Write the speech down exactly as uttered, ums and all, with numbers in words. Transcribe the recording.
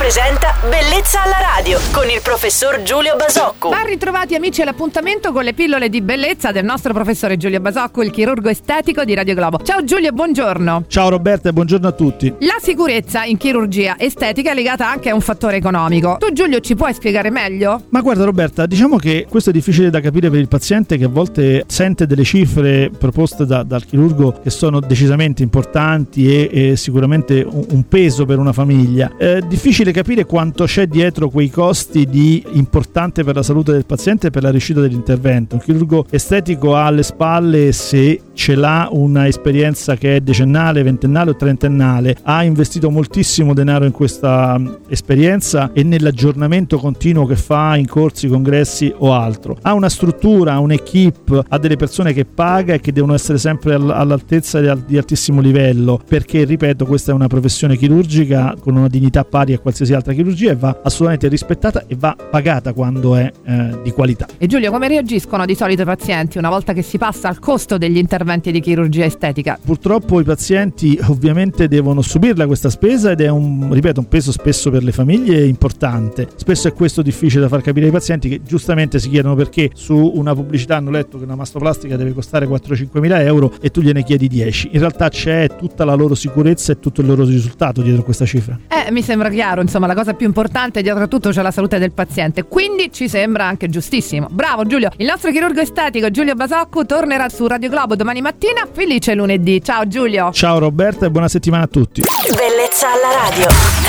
presenta Bellezza alla radio con il professor Giulio Basocco. Ben ritrovati amici all'appuntamento con le pillole di bellezza del nostro professore Giulio Basocco, il chirurgo estetico di Radio Globo. Ciao Giulio, buongiorno. Ciao Roberta e buongiorno a tutti. La sicurezza in chirurgia estetica è legata anche a un fattore economico. Tu Giulio ci puoi spiegare meglio? Ma guarda Roberta, diciamo che questo è difficile da capire per il paziente, che a volte sente delle cifre proposte da, dal chirurgo che sono decisamente importanti e, e sicuramente un, un peso per una famiglia. È difficile capire quanto c'è dietro quei costi di importante per la salute del paziente e per la riuscita dell'intervento. Un chirurgo estetico ha alle spalle, se ce l'ha, una esperienza che è decennale, ventennale o trentennale, ha investito moltissimo denaro in questa esperienza e nell'aggiornamento continuo che fa in corsi, congressi o altro. Ha una struttura, ha un'equipe, ha delle persone che paga e che devono essere sempre all'altezza di altissimo livello, perché ripeto, questa è una professione chirurgica con una dignità pari a qualsiasi altra chirurgia e va assolutamente rispettata e va pagata quando è eh, di qualità. E Giulio, come reagiscono di solito i pazienti una volta che si passa al costo degli interventi di chirurgia estetica? Purtroppo i pazienti ovviamente devono subirla questa spesa ed è un, ripeto, un peso spesso per le famiglie importante. Spesso è questo difficile da far capire ai pazienti, che giustamente si chiedono perché su una pubblicità hanno letto che una mastoplastica deve costare quattro cinque mila euro e tu gliene chiedi dieci. In realtà c'è tutta la loro sicurezza e tutto il loro risultato dietro questa cifra. Eh, mi sembra chiaro, insomma, la cosa più importante dietro a tutto c'è la salute del paziente, quindi ci sembra anche giustissimo. Bravo Giulio. Il nostro chirurgo estetico Giulio Basocco tornerà su Radio Globo domani mattina. Felice lunedì. Ciao Giulio. Ciao Roberta e buona settimana a tutti. Bellezza alla radio.